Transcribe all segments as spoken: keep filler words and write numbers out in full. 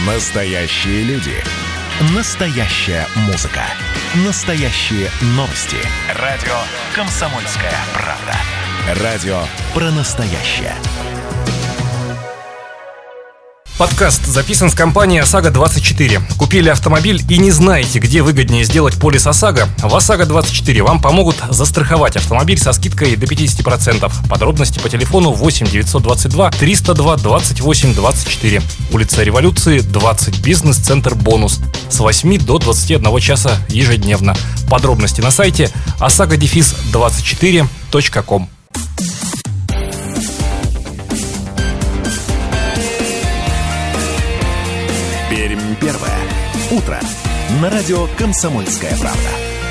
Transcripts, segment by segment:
Настоящие люди. Настоящая музыка. Настоящие новости. Радио «Комсомольская правда». Радио про настоящее. Подкаст записан в компании ОСАГО двадцать четыре. Купили автомобиль и не знаете, где выгоднее сделать полис ОСАГО? В ОСАГО двадцать четыре вам помогут застраховать автомобиль со скидкой до пятьдесят процентов. Подробности по телефону восемь девятьсот двадцать два триста два двадцать восемь двадцать четыре. Улица Революции, двадцать, бизнес-центр «Бонус». С восьми до двадцати одного часа ежедневно. Подробности на сайте осаго двадцать четыре точка ком. Пермь первое. Утро. На радио «Комсомольская правда».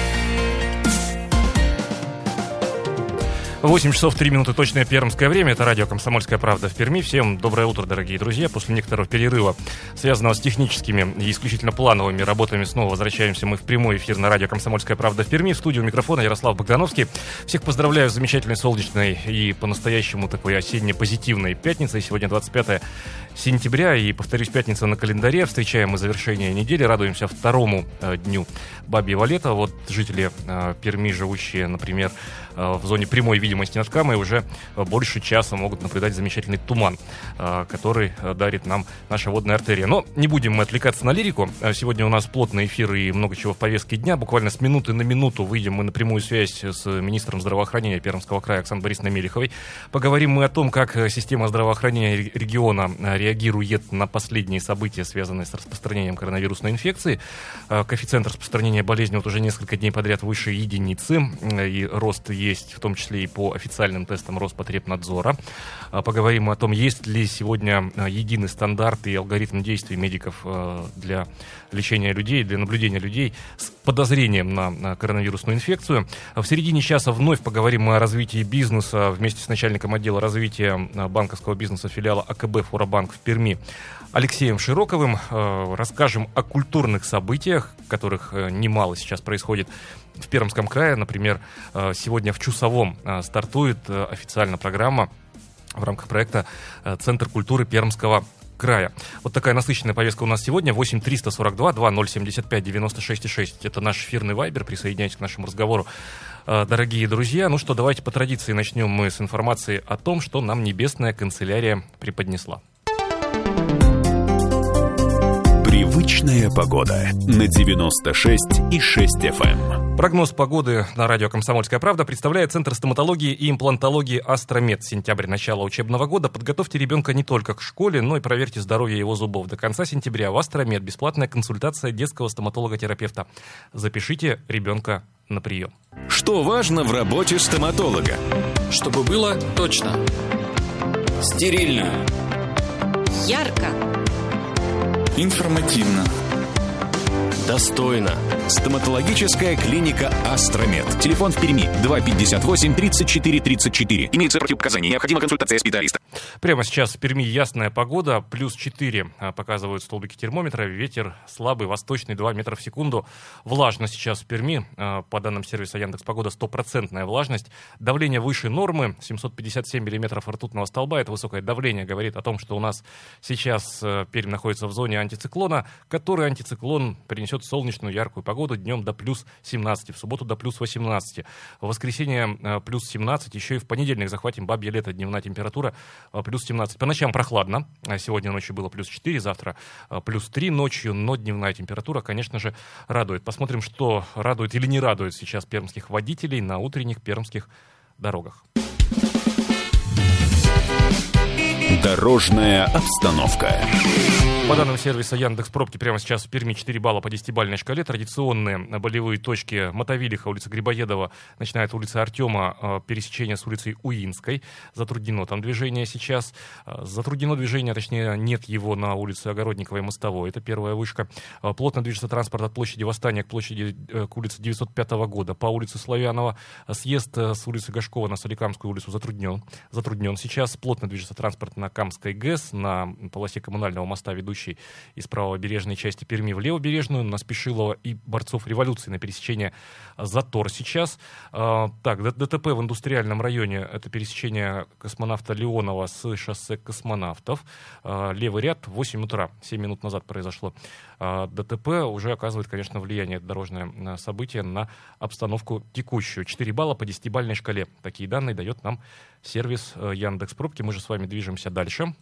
восемь часов три минуты, точное пермское время. Это радио «Комсомольская правда» в Перми. Всем доброе утро, дорогие друзья. После некоторого перерыва, связанного с техническими и исключительно плановыми работами, снова возвращаемся мы в прямой эфир на радио «Комсомольская правда» в Перми. В студию микрофона Ярослав Богдановский. Всех поздравляю с замечательной, солнечной и по-настоящему такой осенне-позитивной пятницей. Сегодня двадцать пятое сентября, и, повторюсь, пятница на календаре. Встречаем мы завершение недели, радуемся второму э, дню Бабьего лета. Вот жители э, Перми, живущие, например, э, в зоне прямой видимости над Камой, уже э, больше часа могут наблюдать замечательный туман, э, который э, дарит нам наша водная артерия. Но не будем мы отвлекаться на лирику. Сегодня у нас плотный эфир и много чего в повестке дня. Буквально с минуты на минуту выйдем мы на прямую связь с министром здравоохранения Пермского края Оксаной Борисовной Мелиховой. Поговорим мы о том, как система здравоохранения региона реагирует на последние события, связанные с распространением коронавирусной инфекции. Коэффициент распространения болезни вот уже несколько дней подряд выше единицы, и рост есть в том числе и по официальным тестам Роспотребнадзора. Поговорим о том, есть ли сегодня единый стандарт и алгоритм действий медиков для лечения людей, для наблюдения людей с подозрением на коронавирусную инфекцию. В середине часа вновь поговорим мы о развитии бизнеса вместе с начальником отдела развития банковского бизнеса филиала АКБ «Форобанк» в Перми Алексеем Широковым. Расскажем о культурных событиях, которых немало сейчас происходит в Пермском крае. Например, сегодня в Чусовом стартует официально программа в рамках проекта «Центр культуры Пермского края». Вот такая насыщенная повестка у нас сегодня. восемь триста сорок два двадцать семьдесят пять девяносто шесть шесть. Это наш эфирный вайбер. Присоединяйтесь к нашему разговору, дорогие друзья. Ну что, давайте по традиции начнем мы с информации о том, что нам небесная канцелярия преподнесла. Привычная погода на девяносто шесть и шесть эф эм. Прогноз погоды на радио «Комсомольская правда» представляет Центр стоматологии и имплантологии «Астромед». Сентябрь, начало учебного года. Подготовьте ребенка не только к школе, но и проверьте здоровье его зубов. До конца сентября в «Астромед» бесплатная консультация детского стоматолога-терапевта. Запишите ребенка на прием. Что важно в работе стоматолога? Чтобы было точно. Стерильно. Ярко. Информативно. Достойно. Стоматологическая клиника «Астромед». Телефон в Перми два пятьдесят восемь тридцать четыре тридцать четыре. Имеются противопоказания. Необходима консультация специалиста. Прямо сейчас в Перми ясная погода. Плюс четыре показывают столбики термометра. Ветер слабый, восточный, два метра в секунду. Влажно сейчас в Перми. По данным сервиса Яндекс.Погода, стопроцентная влажность. Давление выше нормы. семьсот пятьдесят семь миллиметров ртутного столба. Это высокое давление говорит о том, что у нас сейчас Пермь находится в зоне антициклона, который антициклон принесет солнечную яркую погоду днем до плюс семнадцати, в субботу до плюс восемнадцати, в воскресенье э, плюс семнадцать, еще и в понедельник захватим бабье лето, дневная температура э, плюс семнадцать. По ночам прохладно, сегодня ночью было плюс четыре, завтра э, плюс три ночью, но дневная температура, конечно же, радует. Посмотрим, что радует или не радует сейчас пермских водителей на утренних пермских дорогах. Дорожная обстановка. По данным сервиса Яндекс.Пробки, прямо сейчас в Перми четыре балла по десятибалльной шкале. Традиционные болевые точки: Мотовилиха, улица Грибоедова, начиная от улицы Артема, пересечение с улицей Уинской. Затруднено там движение сейчас. Затруднено движение, точнее, нет его на улице Огородниковой и Мостовой. Это первая вышка. Плотно движется транспорт от площади Восстания к площади, к улице девятьсот пятого года. По улице Славянова съезд с улицы Гашкова на Соликамскую улицу затруднен. Затруднен сейчас. Плотно движется транспорт на Камской ГЭС на полосе коммунального моста, ведущей из правобережной части Перми в левобережную, на Спешилова и Борцов революции на пересечении затор сейчас. Так, ДТП в индустриальном районе — это пересечение космонавта Леонова с шоссе космонавтов. Левый ряд, в восемь утра, семь минут назад произошло ДТП. Уже оказывает, конечно, влияние дорожное событие на обстановку текущую. четыре балла по десятибалльной шкале. Такие данные дает нам сервис Яндекс.Пробки. Мы же с вами движемся дальше.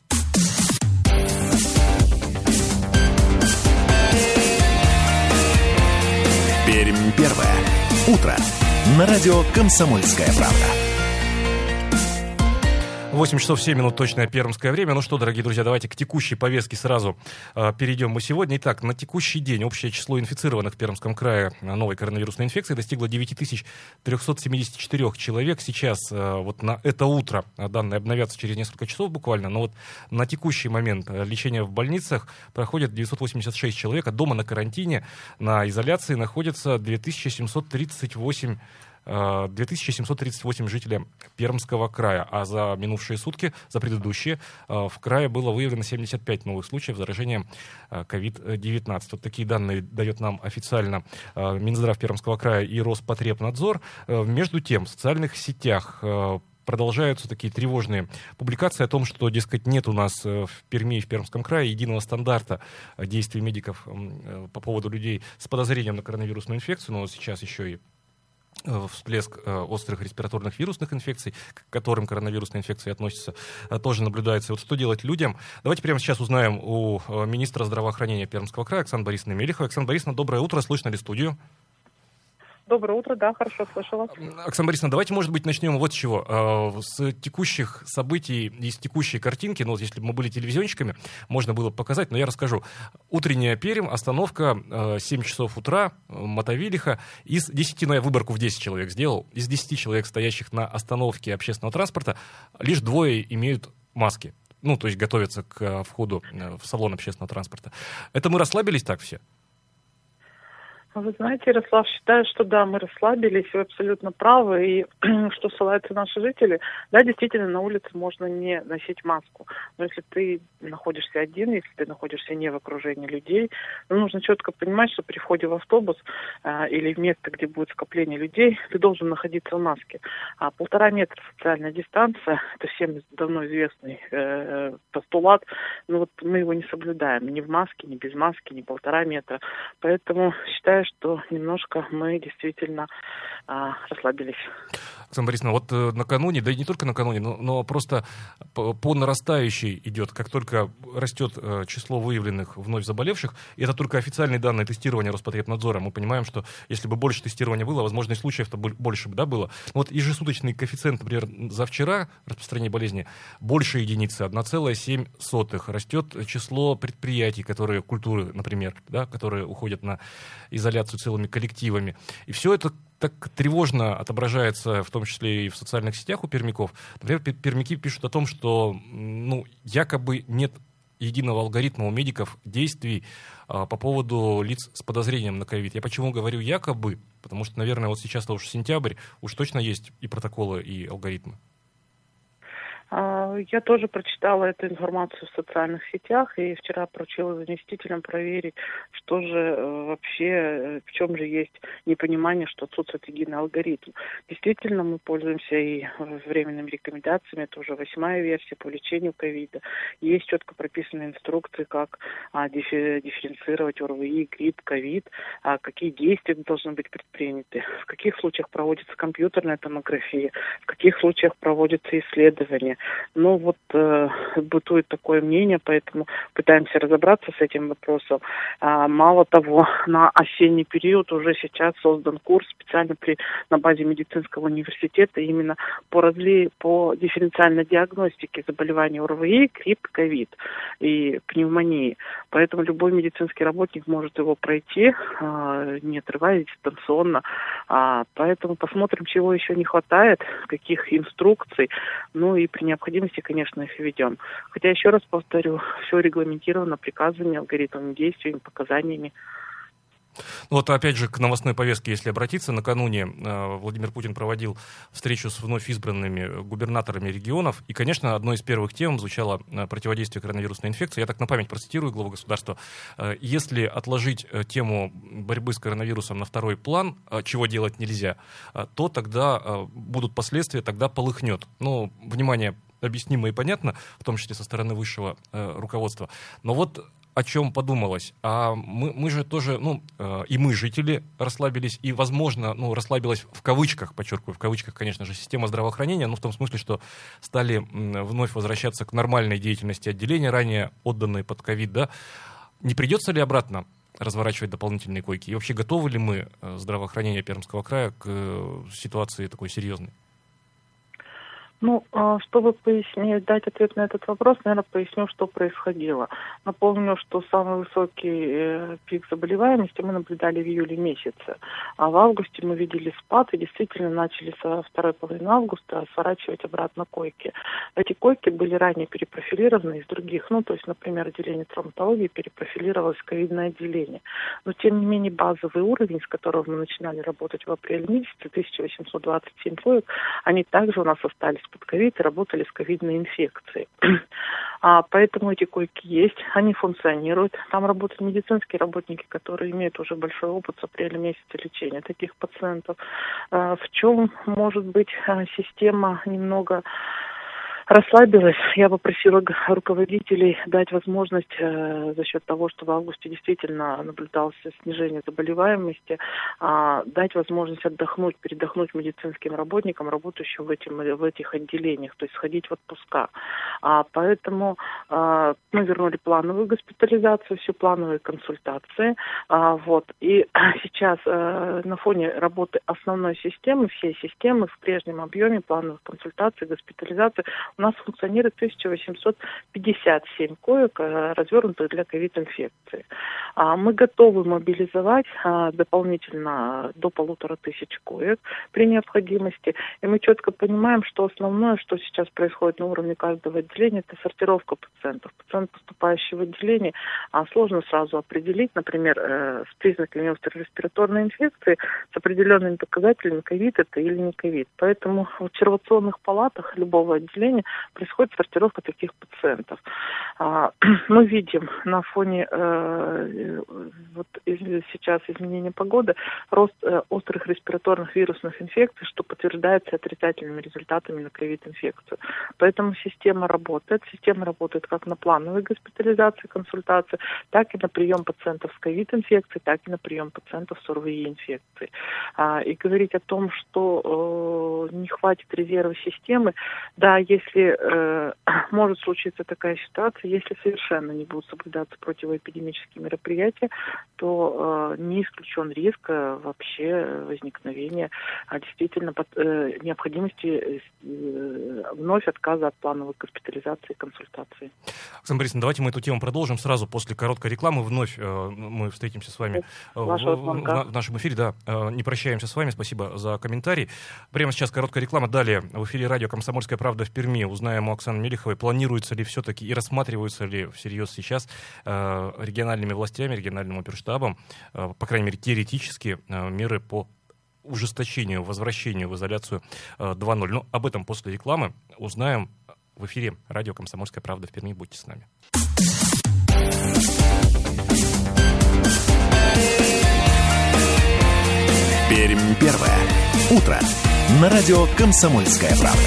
Пермь первое. Утро. На радио «Комсомольская правда». восемь часов семь минут, точное пермское время. Ну что, дорогие друзья, давайте к текущей повестке сразу э, перейдем мы сегодня. Итак, на текущий день общее число инфицированных в Пермском крае новой коронавирусной инфекцией достигло девять тысяч триста семьдесят четыре человек. Сейчас, э, вот на это утро, данные обновятся через несколько часов буквально, но вот на текущий момент лечение в больницах проходит девятьсот восемьдесят шесть человек, а дома на карантине, на изоляции находится две тысячи семьсот тридцать восемь две тысячи семьсот тридцать восемь жителей Пермского края, а за минувшие сутки, за предыдущие, в крае было выявлено семьдесят пять новых случаев заражения ковид девятнадцать. Вот такие данные дает нам официально Минздрав Пермского края и Роспотребнадзор. Между тем, в социальных сетях продолжаются такие тревожные публикации о том, что, дескать, нет у нас в Перми и в Пермском крае единого стандарта действий медиков по поводу людей с подозрением на коронавирусную инфекцию, но сейчас еще и всплеск э, острых респираторных вирусных инфекций, к которым коронавирусные инфекции относятся, э, тоже наблюдается. Вот что делать людям? Давайте прямо сейчас узнаем у э, министра здравоохранения Пермского края Оксаны Борисовны Мелиховой. Оксана Борисовна, доброе утро. Слышно ли студию? Доброе утро, да, хорошо слышала. Оксана Борисовна, давайте, может быть, начнем вот с чего. С текущих событий и с текущей картинки, ну, вот если бы мы были телевизионщиками, можно было бы показать, но я расскажу. Утренняя Пермь, остановка, семь часов утра, Мотовилиха. Из десяти, ну, я выборку в десять человек сделал, из десяти человек, стоящих на остановке общественного транспорта, лишь двое имеют маски. Ну, то есть готовятся к входу в салон общественного транспорта. Это мы расслабились так все? Вы знаете, Ярослав, считаю, что да, мы расслабились, вы абсолютно правы, и что ссылаются наши жители, да, действительно, на улице можно не носить маску, но если ты находишься один, если ты находишься не в окружении людей, ну, нужно четко понимать, что при входе в автобус а, или в место, где будет скопление людей, ты должен находиться в маске. А полтора метра социальная дистанция, это всем давно известный э, постулат, но вот мы его не соблюдаем, ни в маске, ни без маски, ни полтора метра, поэтому считаю, что немножко мы действительно а, расслабились. Оксана Борисовна, вот э, накануне, да и не только накануне, но, но просто по, по нарастающей идет, как только растет э, число выявленных вновь заболевших, и это только официальные данные тестирования Роспотребнадзора, мы понимаем, что если бы больше тестирования было, возможно, и случаев-то больше бы, да, было. Но вот ежесуточный коэффициент, например, за вчера распространение болезни больше единицы, одна целая семь сотых. Растет число предприятий, которые, культуры, например, да, которые уходят на изоляцию целыми коллективами. И все это так тревожно отображается, в том числе и в социальных сетях у пермяков. Например, пермяки пишут о том, что ну, якобы нет единого алгоритма у медиков действий а, по поводу лиц с подозрением на ковид. Я почему говорю якобы? Потому что, наверное, вот сейчас-то уж сентябрь, уж точно есть и протоколы, и алгоритмы. Я тоже прочитала эту информацию в социальных сетях и вчера поручила заместителям проверить, что же вообще, в чем же есть непонимание, что отсутствует единый алгоритм. Действительно, мы пользуемся и временными рекомендациями, это уже восьмая версия по лечению ковида. Есть четко прописанные инструкции, как а, диффи- дифференцировать ОРВИ, грипп, ковид, а, какие действия должны быть предприняты, в каких случаях проводится компьютерная томография, в каких случаях проводятся исследования. Но вот э, бытует такое мнение, поэтому пытаемся разобраться с этим вопросом. А, мало того, на осенний период уже сейчас создан курс специально при, на базе медицинского университета именно по, разли, по дифференциальной диагностике заболеваний ОРВИ, грипп, ковид и пневмонии. Поэтому любой медицинский работник может его пройти, э, не отрываясь, дистанционно. А, поэтому посмотрим, чего еще не хватает, каких инструкций, ну и при необходимости, конечно, их введем. Хотя, еще раз повторю, все регламентировано приказами, алгоритмами действий, показаниями. Вот опять же к новостной повестке, если обратиться, накануне э, Владимир Путин проводил встречу с вновь избранными губернаторами регионов, и, конечно, одной из первых тем звучало э, противодействие коронавирусной инфекции. Я так на память процитирую главу государства. Э, если отложить э, тему борьбы с коронавирусом на второй план, э, чего делать нельзя, э, то тогда э, будут последствия, тогда полыхнет. Ну, внимание, объяснимо и понятно, в том числе со стороны высшего э, руководства. Но вот о чем подумалось. А мы, мы же тоже, ну, э, и мы, жители, расслабились, и, возможно, ну, расслабилась в кавычках, подчеркиваю, в кавычках, конечно же, система здравоохранения, ну, в том смысле, что стали м, вновь возвращаться к нормальной деятельности отделения, ранее отданные под ковид, да. Не придется ли обратно разворачивать дополнительные койки? И вообще готовы ли мы, э, здравоохранение Пермского края, к э, ситуации такой серьезной? Ну, чтобы пояснить, дать ответ на этот вопрос, наверное, поясню, что происходило. Напомню, что самый высокий пик заболеваемости мы наблюдали в июле месяце, а в августе мы видели спад и действительно начали со второй половины августа сворачивать обратно койки. Эти койки были ранее перепрофилированы из других, ну, то есть, например, отделение травматологии перепрофилировалось в ковидное отделение. Но, тем не менее, базовый уровень, с которого мы начинали работать в апреле месяце, тысяча восемьсот двадцать семь коек, они также у нас остались под ковид и работали с ковидной инфекцией. А, поэтому эти койки есть, они функционируют. Там работают медицинские работники, которые имеют уже большой опыт с апреля месяца лечения таких пациентов. А, в чем, может быть, система немного расслабилась? Я попросила руководителей дать возможность э, за счет того, что в августе действительно наблюдалось снижение заболеваемости, э, дать возможность отдохнуть, передохнуть медицинским работникам, работающим в, этим, в этих отделениях, то есть сходить в отпуска. А, поэтому э, мы вернули плановую госпитализацию, все плановые консультации. А, вот. И сейчас э, на фоне работы основной системы, всей системы в прежнем объеме плановых консультаций, госпитализации у нас функционирует тысяча восемьсот пятьдесят семь коек, развернутых для ковид-инфекции. Мы готовы мобилизовать дополнительно до полутора тысяч коек при необходимости. И мы четко понимаем, что основное, что сейчас происходит на уровне каждого отделения, это сортировка пациентов. Пациент, поступающий в отделение, сложно сразу определить, например, с признаками острой респираторной инфекции, с определенными показателями, ковид это или не ковид. Поэтому в обсервационных палатах любого отделения происходит сортировка таких пациентов. Мы видим на фоне э, вот сейчас изменения погоды рост э, острых респираторных вирусных инфекций, что подтверждается отрицательными результатами на ковид-инфекцию. Поэтому система работает. Система работает как на плановой госпитализации, консультации, так и на прием пациентов с ковид-инфекцией, так и на прием пациентов с ОРВИ-инфекцией. А, и говорить о том, что э, не хватит резерва системы, да, если э, может случиться такая ситуация, если совершенно не будут соблюдаться противоэпидемические мероприятия, то э, не исключен риск э, вообще возникновения а действительно под, э, необходимости э, вновь отказа от плановой госпитализации и консультации. Оксана Борисовна, давайте мы эту тему продолжим сразу после короткой рекламы. Вновь э, мы встретимся с вами в, в, в нашем эфире. Да, э, не прощаемся с вами. Спасибо за комментарий. Прямо сейчас короткая реклама. Далее в эфире радио «Комсомольская правда» в Перми. Узнаем у Оксаны Мелиховой, планируется ли все-таки и рассматриваются ли всерьез сейчас э, региональными властями, региональным оперштабом, э, по крайней мере, теоретически, э, меры по ужесточению, возвращению в изоляцию э, два ноль. Но об этом после рекламы узнаем в эфире радио «Комсомольская правда» в Перми. Будьте с нами. Пермь первое. Утро. На радио «Комсомольская правда».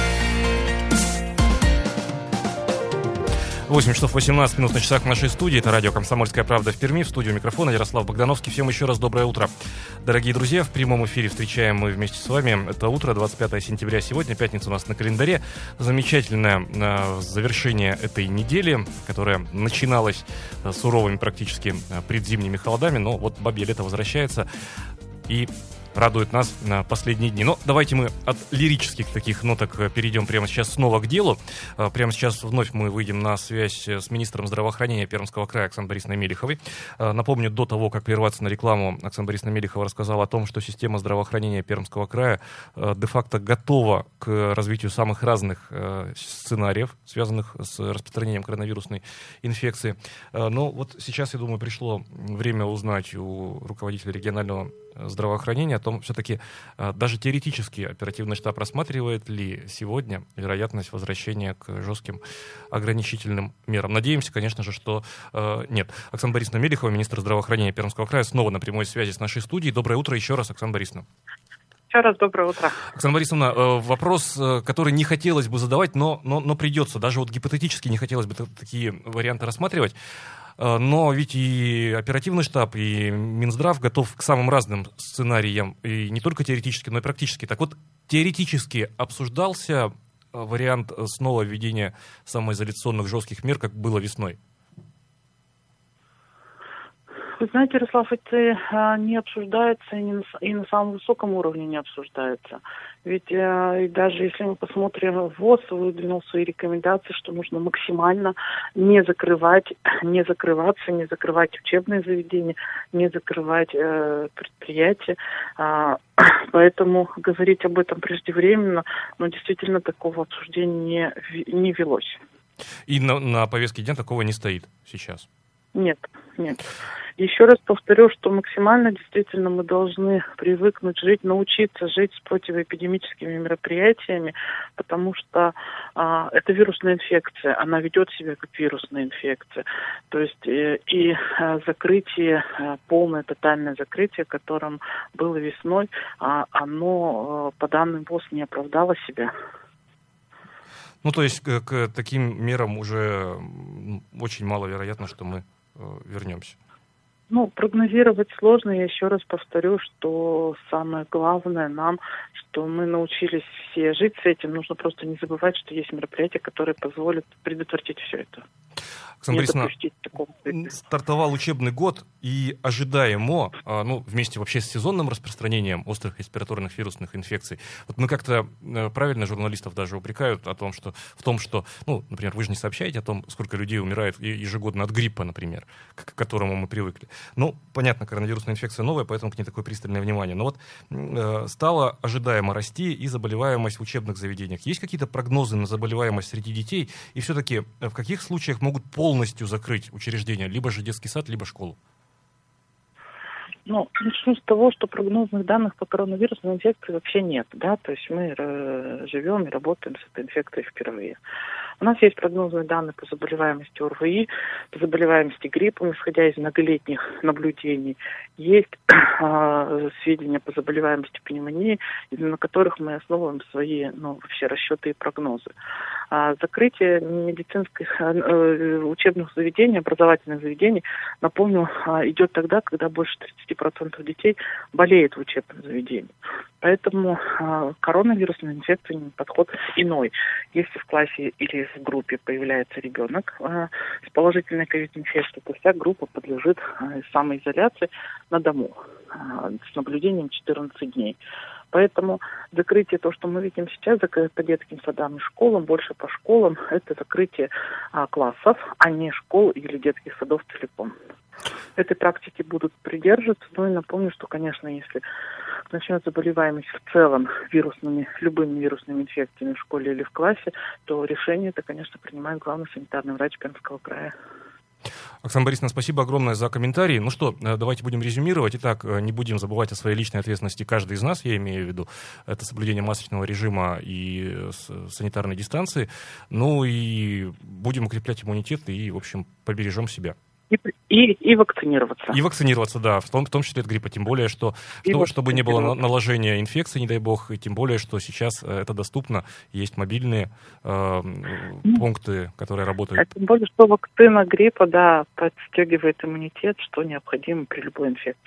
восемь часов восемнадцать минут на часах в нашей студии. Это радио «Комсомольская правда» в Перми. В студию микрофона Ярослав Богдановский. Всем еще раз доброе утро. Дорогие друзья, в прямом эфире встречаем мы вместе с вами. Это утро, двадцать пятое сентября сегодня. Пятница у нас на календаре. Замечательное э, завершение этой недели, которая начиналась э, суровыми практически э, предзимними холодами. Но вот бабье лето возвращается. И радует нас на последние дни. Но давайте мы от лирических таких ноток перейдем прямо сейчас снова к делу. Прямо сейчас вновь мы выйдем на связь с министром здравоохранения Пермского края Оксаной Борисовной Мелиховой. Напомню, до того, как прерваться на рекламу, Оксана Борисовна Мелихова рассказала о том, что система здравоохранения Пермского края де-факто готова к развитию самых разных сценариев, связанных с распространением коронавирусной инфекции. Но вот сейчас, я думаю, пришло время узнать у руководителя регионального здравоохранения о том, все-таки даже теоретически оперативный штаб рассматривает ли сегодня вероятность возвращения к жестким ограничительным мерам. Надеемся, конечно же, что э, нет. Оксана Борисовна Мелихова, министр здравоохранения Пермского края, снова на прямой связи с нашей студией. Доброе утро еще раз, Оксана Борисовна. Еще раз доброе утро. Оксана Борисовна, э, вопрос, э, который не хотелось бы задавать, но, но, но придется. Даже вот гипотетически не хотелось бы т- такие варианты рассматривать. Но ведь и оперативный штаб, и Минздрав готов к самым разным сценариям, и не только теоретически, но и практически. Так вот, теоретически обсуждался вариант снова введения самоизоляционных жестких мер, как было весной? Вы знаете, Ярослав, это а, не обсуждается и, не на, и на самом высоком уровне не обсуждается. Ведь а, и даже если мы посмотрим, ВОЗ выдвинул свои рекомендации, что нужно максимально не закрывать, не закрываться, не закрывать учебные заведения, не закрывать э, предприятия. А, поэтому говорить об этом преждевременно, но действительно такого обсуждения не, не велось. И на, на повестке дня такого не стоит сейчас? Нет, нет. Еще раз повторю, что максимально действительно мы должны привыкнуть жить, научиться жить с противоэпидемическими мероприятиями, потому что а, это вирусная инфекция, она ведет себя как вирусная инфекция. То есть и, и а, закрытие, а, полное тотальное закрытие, которым было весной, а, оно, а, по данным ВОЗ, не оправдало себя. Ну, то есть к, к таким мерам уже очень маловероятно, что мы э, вернемся. Ну, прогнозировать сложно. Я еще раз повторю, что самое главное нам, что мы научились все жить с этим. Нужно просто не забывать, что есть мероприятия, которые позволят предотвратить все это. Оксана Борисовна, стартовал учебный год, и ожидаемо, ну, вместе вообще с сезонным распространением острых респираторных вирусных инфекций, вот мы как-то правильно журналистов даже упрекают о том, что, в том, что, ну, например, вы же не сообщаете о том, сколько людей умирает ежегодно от гриппа, например, к которому мы привыкли. Ну, понятно, коронавирусная инфекция новая, поэтому к ней такое пристальное внимание. Но вот э, стало ожидаемо расти и заболеваемость в учебных заведениях. Есть какие-то прогнозы на заболеваемость среди детей? И все-таки в каких случаях могут полностью закрыть учреждения, либо же детский сад, либо школу? Ну, начну с того, что прогнозных данных по коронавирусной инфекции вообще нет, да, то есть мы э, живем и работаем с этой инфекцией впервые. У нас есть прогнозные данные по заболеваемости ОРВИ, по заболеваемости гриппом, исходя из многолетних наблюдений. Есть э, сведения по заболеваемости пневмонии, на которых мы основываем свои, ну, вообще расчеты и прогнозы. А закрытие медицинских э, учебных заведений, образовательных заведений, напомню, э, идет тогда, когда больше тридцать процентов детей болеет в учебном заведении. Поэтому э, коронавирусной инфекции подход иной. Если в классе или в группе появляется ребенок э, с положительной ковид-инфекцией, то вся группа подлежит э, самоизоляции на дому э, с наблюдением четырнадцать дней. Поэтому закрытие, то, что мы видим сейчас, по детским садам и школам, больше по школам, это закрытие а, классов, а не школ или детских садов целиком. Этой практики будут придерживаться. Ну и напомню, что, конечно, если начнется заболеваемость в целом вирусными, любыми вирусными инфекциями в школе или в классе, то решение это, конечно, принимает главный санитарный врач Пермского края. Оксана Борисовна, спасибо огромное за комментарии. Ну что, давайте будем резюмировать. Итак, не будем забывать о своей личной ответственности каждый из нас, я имею в виду. Это соблюдение масочного режима и санитарной дистанции. Ну и будем укреплять иммунитет и, в общем, побережем себя. И, и, и вакцинироваться. И вакцинироваться, да, в том, в том числе от гриппа. Тем более, что, что чтобы не было наложения инфекции, не дай бог, и тем более, что сейчас это доступно. Есть мобильные э, mm. пункты, которые работают. А тем более, что вакцина гриппа, да, подстегивает иммунитет, что необходимо при любой инфекции.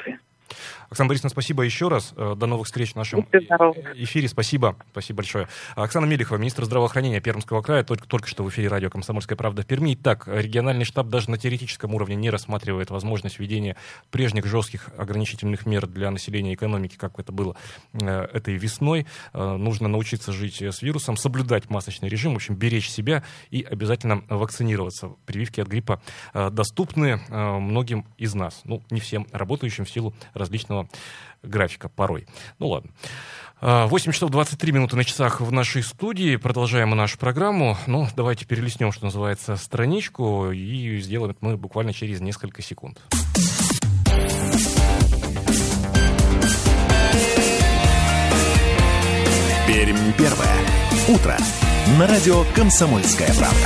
Оксана Борисовна, спасибо еще раз. До новых встреч в нашем эфире. Спасибо. Спасибо большое. Оксана Мелихова, министр здравоохранения Пермского края, только, только что в эфире радио «Комсомольская правда» в Перми. Так, региональный штаб даже на теоретическом уровне не рассматривает возможность введения прежних жестких ограничительных мер для населения и экономики, как это было э, этой весной. Э, нужно научиться жить с вирусом, соблюдать масочный режим, в общем, беречь себя и обязательно вакцинироваться. Прививки от гриппа э, доступны э, многим из нас. Ну, не всем работающим в силу различного графика порой. Ну ладно. восемь часов двадцать три минуты на часах в нашей студии. Продолжаем нашу программу. Ну, давайте перелистнем, что называется, страничку, и сделаем это мы буквально через несколько секунд. Пермь первое. Утро. На радио «Комсомольская правда».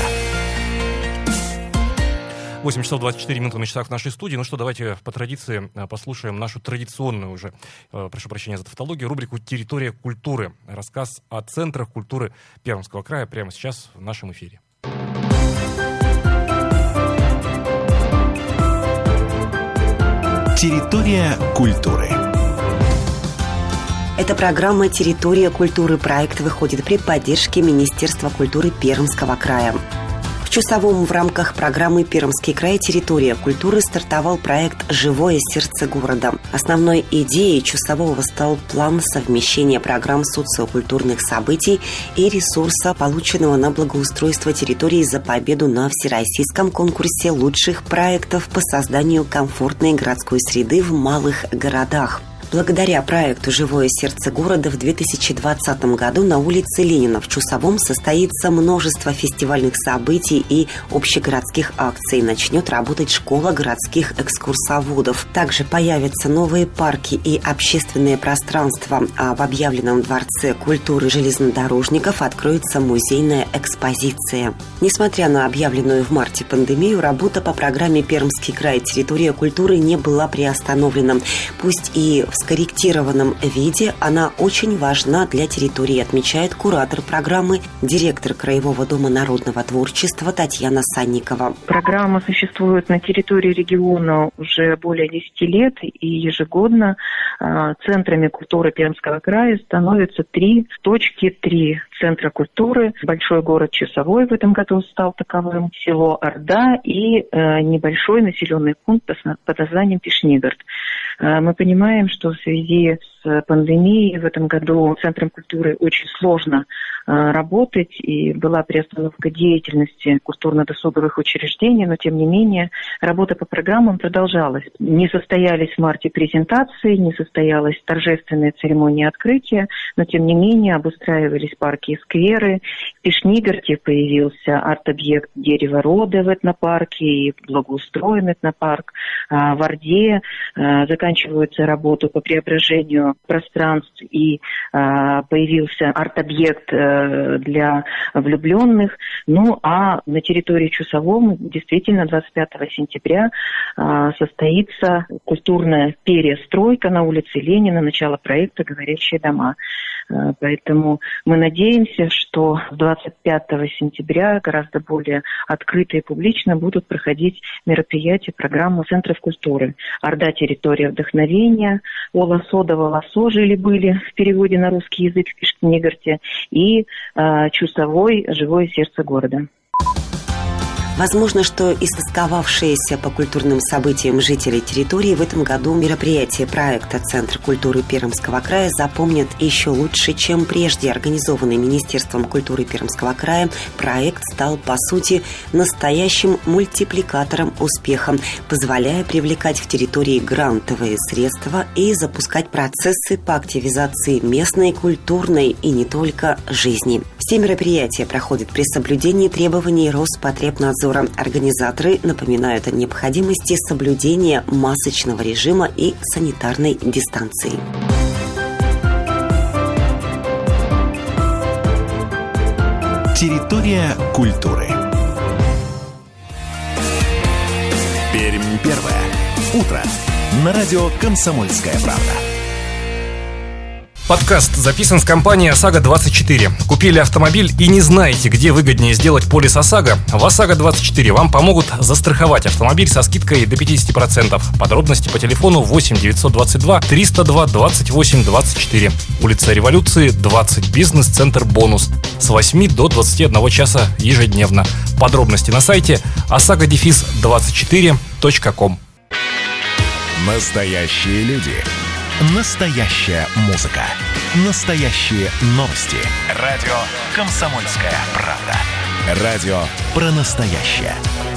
восемь часов двадцать четыре минуты на часах в нашей студии. Ну что, давайте по традиции послушаем нашу традиционную уже, прошу прощения за тавтологию, рубрику «Территория культуры». Рассказ о центрах культуры Пермского края прямо сейчас в нашем эфире. Территория культуры. Эта программа «Территория культуры». Проект выходит при поддержке Министерства культуры Пермского края. В Чусовом в рамках программы «Пермский край. Территория культуры» стартовал проект «Живое сердце города». Основной идеей Чусового стал план совмещения программ социокультурных событий и ресурса, полученного на благоустройство территории за победу на всероссийском конкурсе лучших проектов по созданию комфортной городской среды в малых городах. Благодаря проекту «Живое сердце города» в две тысячи двадцатом году на улице Ленина в Чусовом состоится множество фестивальных событий и общегородских акций. Начнет работать школа городских экскурсоводов. Также появятся новые парки и общественные пространства. А в объявленном дворце культуры железнодорожников откроется музейная экспозиция. Несмотря на объявленную в марте пандемию, работа по программе «Пермский край. Территория культуры» не была приостановлена. Пусть и в скорректированном виде, она очень важна для территории, отмечает куратор программы, директор Краевого дома народного творчества Татьяна Санникова. Программа существует на территории региона уже более десяти лет, и ежегодно э, центрами культуры Пермского края становятся три точки, три центра культуры. Большой город Чусовой в этом году стал таковым, село Орда и э, небольшой населенный пункт под названием Пешнигард. Мы понимаем, что в связи с пандемией в этом году центрам культуры очень сложно работать, и была приостановка деятельности культурно-досуговых учреждений, но тем не менее работа по программам продолжалась. Не состоялись в марте презентации, не состоялась торжественная церемония открытия, но тем не менее обустраивались парки и скверы. В Пешнигарде появился арт-объект «Дерево рода» в этнопарке и благоустроен этнопарк. В Орде заканчиваются работы по преображению пространств, и появился арт-объект для влюбленных. Ну, а на территории Чусовом действительно двадцать пятого сентября состоится культурная перестройка на улице Ленина, начало проекта «Говорящие дома». Поэтому мы надеемся, что двадцать пятого сентября гораздо более открыто и публично будут проходить мероприятия программы центров культуры. Орда — территория вдохновения, Волосо да Волосо жили-были в переводе на русский язык в Пешнигарде, и э, Чусовой — живое сердце города. Возможно, что истосковавшиеся по культурным событиям жители территории в этом году мероприятия проекта «Центр культуры Пермского края» запомнят еще лучше, чем прежде. Организованный Министерством культуры Пермского края проект стал, по сути, настоящим мультипликатором успеха, позволяя привлекать в территории грантовые средства и запускать процессы по активизации местной, культурной и не только жизни. Все мероприятия проходят при соблюдении требований Роспотребнадзора. Организаторы напоминают о необходимости соблюдения масочного режима и санитарной дистанции. Территория культуры. Пермь первое. Утро. На радио «Комсомольская правда». Подкаст записан с компанией ОСАГО двадцать четыре. Купили автомобиль и не знаете, где выгоднее сделать полис ОСАГО? В ОСАГО двадцать четыре вам помогут застраховать автомобиль со скидкой до пятьдесят процентов. Подробности по телефону восемь девятьсот двадцать два триста два двадцать восемь двадцать четыре. Улица Революции, двадцать, бизнес-центр «Бонус». С восьми до двадцати одного часа ежедневно. Подробности на сайте осаго двадцать четыре точка ком. Настоящие люди. Настоящая музыка. Настоящие новости. Радио «Комсомольская правда». Радио про настоящее.